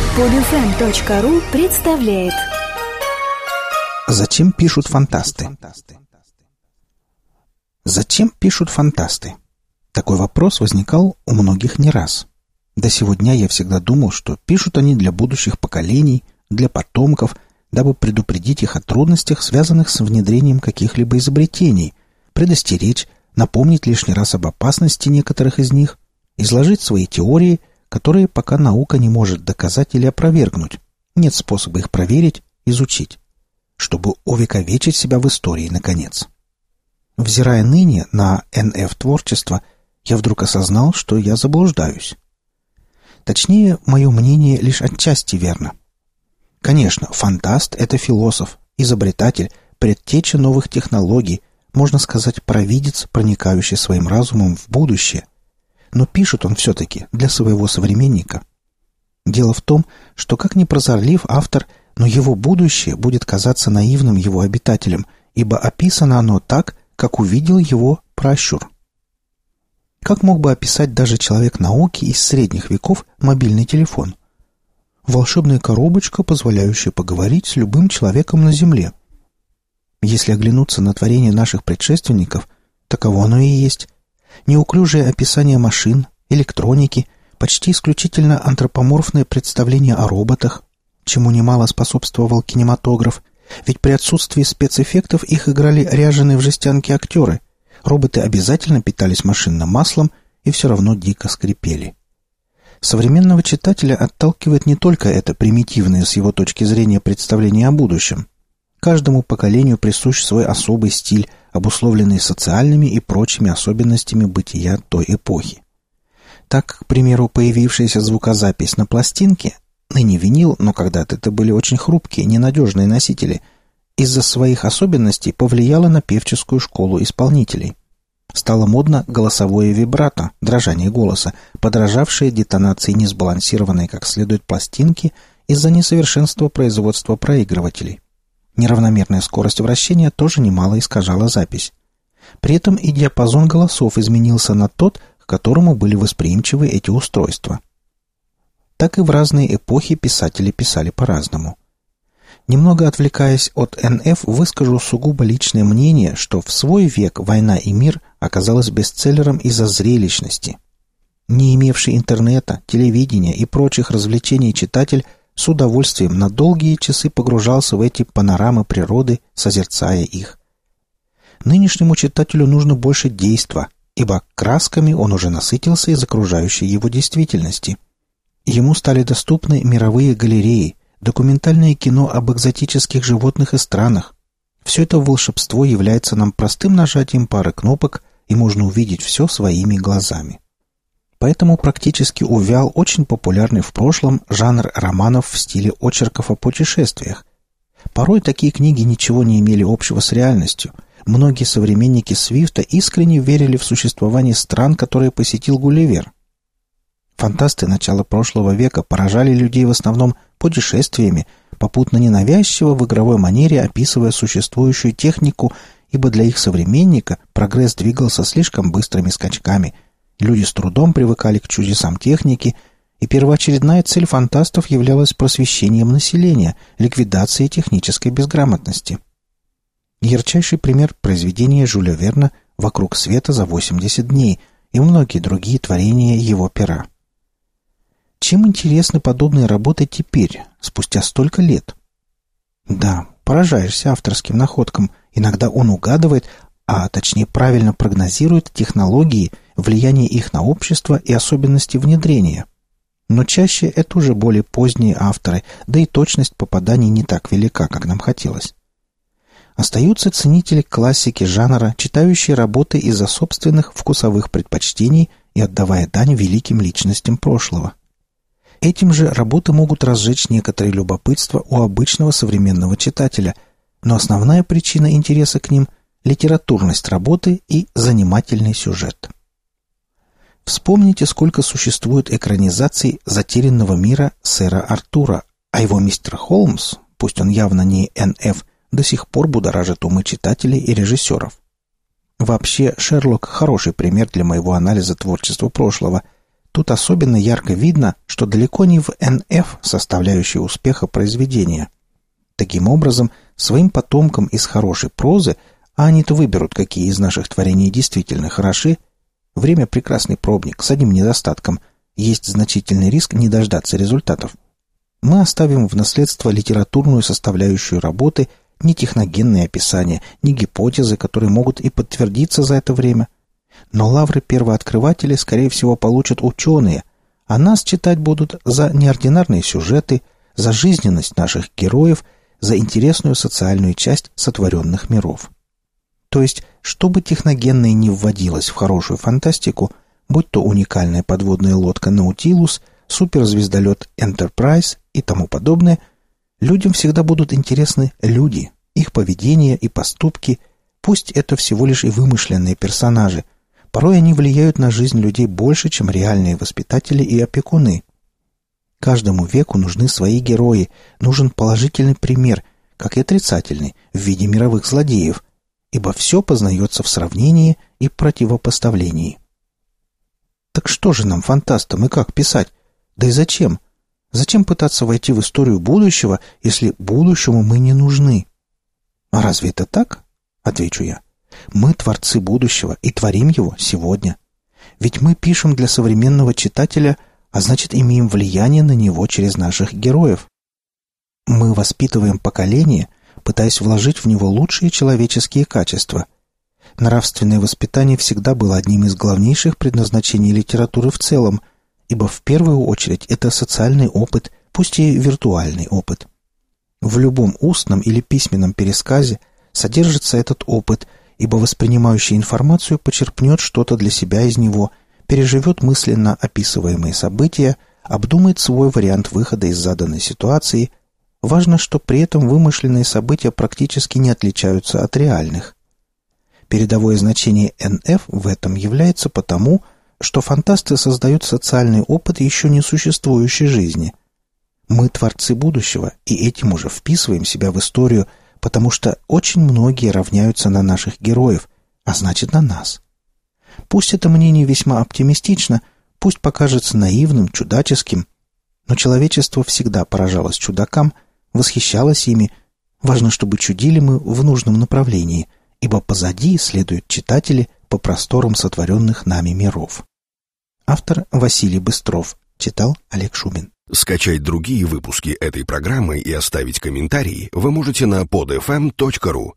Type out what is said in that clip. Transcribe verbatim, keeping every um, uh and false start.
Подфм точка ру представляет. Зачем пишут фантасты? Зачем пишут фантасты? Такой вопрос возникал у многих не раз. До сего дня я всегда думал, что пишут они для будущих поколений, для потомков, дабы предупредить их о трудностях, связанных с внедрением каких-либо изобретений, предостеречь, напомнить лишний раз об опасности некоторых из них, изложить свои теории, которые пока наука не может доказать или опровергнуть, нет способа их проверить, изучить, чтобы увековечить себя в истории, наконец. Взирая ныне на эн эф-творчество, я вдруг осознал, что я заблуждаюсь. Точнее, мое мнение лишь отчасти верно. Конечно, фантаст — это философ, изобретатель, предтеча новых технологий, можно сказать, провидец, проникающий своим разумом в будущее. Но пишет он все-таки для своего современника. Дело в том, что как ни прозорлив автор, но его будущее будет казаться наивным его обитателям, ибо описано оно так, как увидел его пращур. Как мог бы описать даже человек науки из средних веков мобильный телефон? Волшебная коробочка, позволяющая поговорить с любым человеком на Земле. Если оглянуться на творение наших предшественников, таково оно и есть. Неуклюжее описание машин, электроники, почти исключительно антропоморфное представление о роботах, чему немало способствовал кинематограф, ведь при отсутствии спецэффектов их играли ряженые в жестянке актеры. Роботы обязательно питались машинным маслом и все равно дико скрипели. Современного читателя отталкивает не только это примитивное с его точки зрения представление о будущем. Каждому поколению присущ свой особый стиль, обусловленный социальными и прочими особенностями бытия той эпохи. Так, к примеру, появившаяся звукозапись на пластинке, ныне винил, но когда-то это были очень хрупкие, ненадежные носители, из-за своих особенностей повлияла на певческую школу исполнителей. Стало модно голосовое вибрато, дрожание голоса, подражавшее детонации несбалансированной как следует пластинки из-за несовершенства производства проигрывателей. Неравномерная скорость вращения тоже немало искажала запись. При этом и диапазон голосов изменился на тот, к которому были восприимчивы эти устройства. Так и в разные эпохи писатели писали по-разному. Немного отвлекаясь от эн эф, выскажу сугубо личное мнение, что в свой век «Война и мир» оказалась бестселлером из-за зрелищности. Не имевший интернета, телевидения и прочих развлечений читатель с удовольствием на долгие часы погружался в эти панорамы природы, созерцая их. Нынешнему читателю нужно больше действа, ибо красками он уже насытился из окружающей его действительности. Ему стали доступны мировые галереи, документальное кино об экзотических животных и странах. Все это волшебство является нам простым нажатием пары кнопок, и можно увидеть все своими глазами. Поэтому практически увял очень популярный в прошлом жанр романов в стиле очерков о путешествиях. Порой такие книги ничего не имели общего с реальностью. Многие современники Свифта искренне верили в существование стран, которые посетил Гулливер. Фантасты начала прошлого века поражали людей в основном путешествиями, попутно ненавязчиво в игровой манере описывая существующую технику, ибо для их современника прогресс двигался слишком быстрыми скачками. Люди с трудом привыкали к чудесам техники, и первоочередная цель фантастов являлась просвещением населения, ликвидацией технической безграмотности. Ярчайший пример — произведение Жюля Верна «Вокруг света за восемьдесят дней» и многие другие творения его пера. Чем интересны подобные работы теперь, спустя столько лет? Да, поражаешься авторским находкам. Иногда он угадывает, а точнее правильно прогнозирует технологии, влияние их на общество и особенности внедрения. Но чаще это уже более поздние авторы, да и точность попаданий не так велика, как нам хотелось. Остаются ценители классики жанра, читающие работы из-за собственных вкусовых предпочтений и отдавая дань великим личностям прошлого. Этим же работы могут разжечь некоторое любопытство у обычного современного читателя, но основная причина интереса к ним – литературность работы и занимательный сюжет. Вспомните, сколько существует экранизаций «Затерянного мира» сэра Артура, а его мистер Холмс, пусть он явно не эн эф, до сих пор будоражит умы читателей и режиссеров. Вообще, Шерлок – хороший пример для моего анализа творчества прошлого. Тут особенно ярко видно, что далеко не в эн эф составляющая успеха произведения. Таким образом, своим потомкам из хорошей прозы, а они-то выберут, какие из наших творений действительно хороши, время — прекрасный пробник с одним недостатком — есть значительный риск не дождаться результатов. Мы оставим в наследство литературную составляющую работы, не техногенные описания, не гипотезы, которые могут и подтвердиться за это время. Но лавры первооткрывателей, скорее всего, получат ученые, а нас читать будут за неординарные сюжеты, за жизненность наших героев, за интересную социальную часть сотворенных миров. То есть, чтобы техногенное не вводилось в хорошую фантастику, будь то уникальная подводная лодка «Наутилус», суперзвездолет «Энтерпрайз» и тому подобное, людям всегда будут интересны люди, их поведение и поступки, пусть это всего лишь и вымышленные персонажи. Порой они влияют на жизнь людей больше, чем реальные воспитатели и опекуны. Каждому веку нужны свои герои, нужен положительный пример, как и отрицательный, в виде мировых злодеев, ибо все познается в сравнении и противопоставлении. Так что же нам, фантастам, и как писать? Да и зачем? Зачем пытаться войти в историю будущего, если будущему мы не нужны? А разве это так? Отвечу я. Мы творцы будущего и творим его сегодня. Ведь мы пишем для современного читателя, а значит, имеем влияние на него через наших героев. Мы воспитываем поколение, пытаясь вложить в него лучшие человеческие качества. Нравственное воспитание всегда было одним из главнейших предназначений литературы в целом, ибо в первую очередь это социальный опыт, пусть и виртуальный опыт. В любом устном или письменном пересказе содержится этот опыт, ибо воспринимающий информацию почерпнет что-то для себя из него, переживет мысленно описываемые события, обдумает свой вариант выхода из заданной ситуации. Важно, что при этом вымышленные события практически не отличаются от реальных. Передовое значение эн эф в этом является потому, что фантасты создают социальный опыт еще не существующей жизни. Мы творцы будущего, и этим уже вписываем себя в историю, потому что очень многие равняются на наших героев, а значит на нас. Пусть это мнение весьма оптимистично, пусть покажется наивным, чудаческим, но человечество всегда поражалось чудакам, восхищалось ими. Важно, чтобы чудили мы в нужном направлении, ибо позади следуют читатели по просторам сотворенных нами миров. Автор Василий Быстров. Читал Олег Шубин. Скачать другие выпуски этой программы и оставить комментарии вы можете на под эф эм точка ру.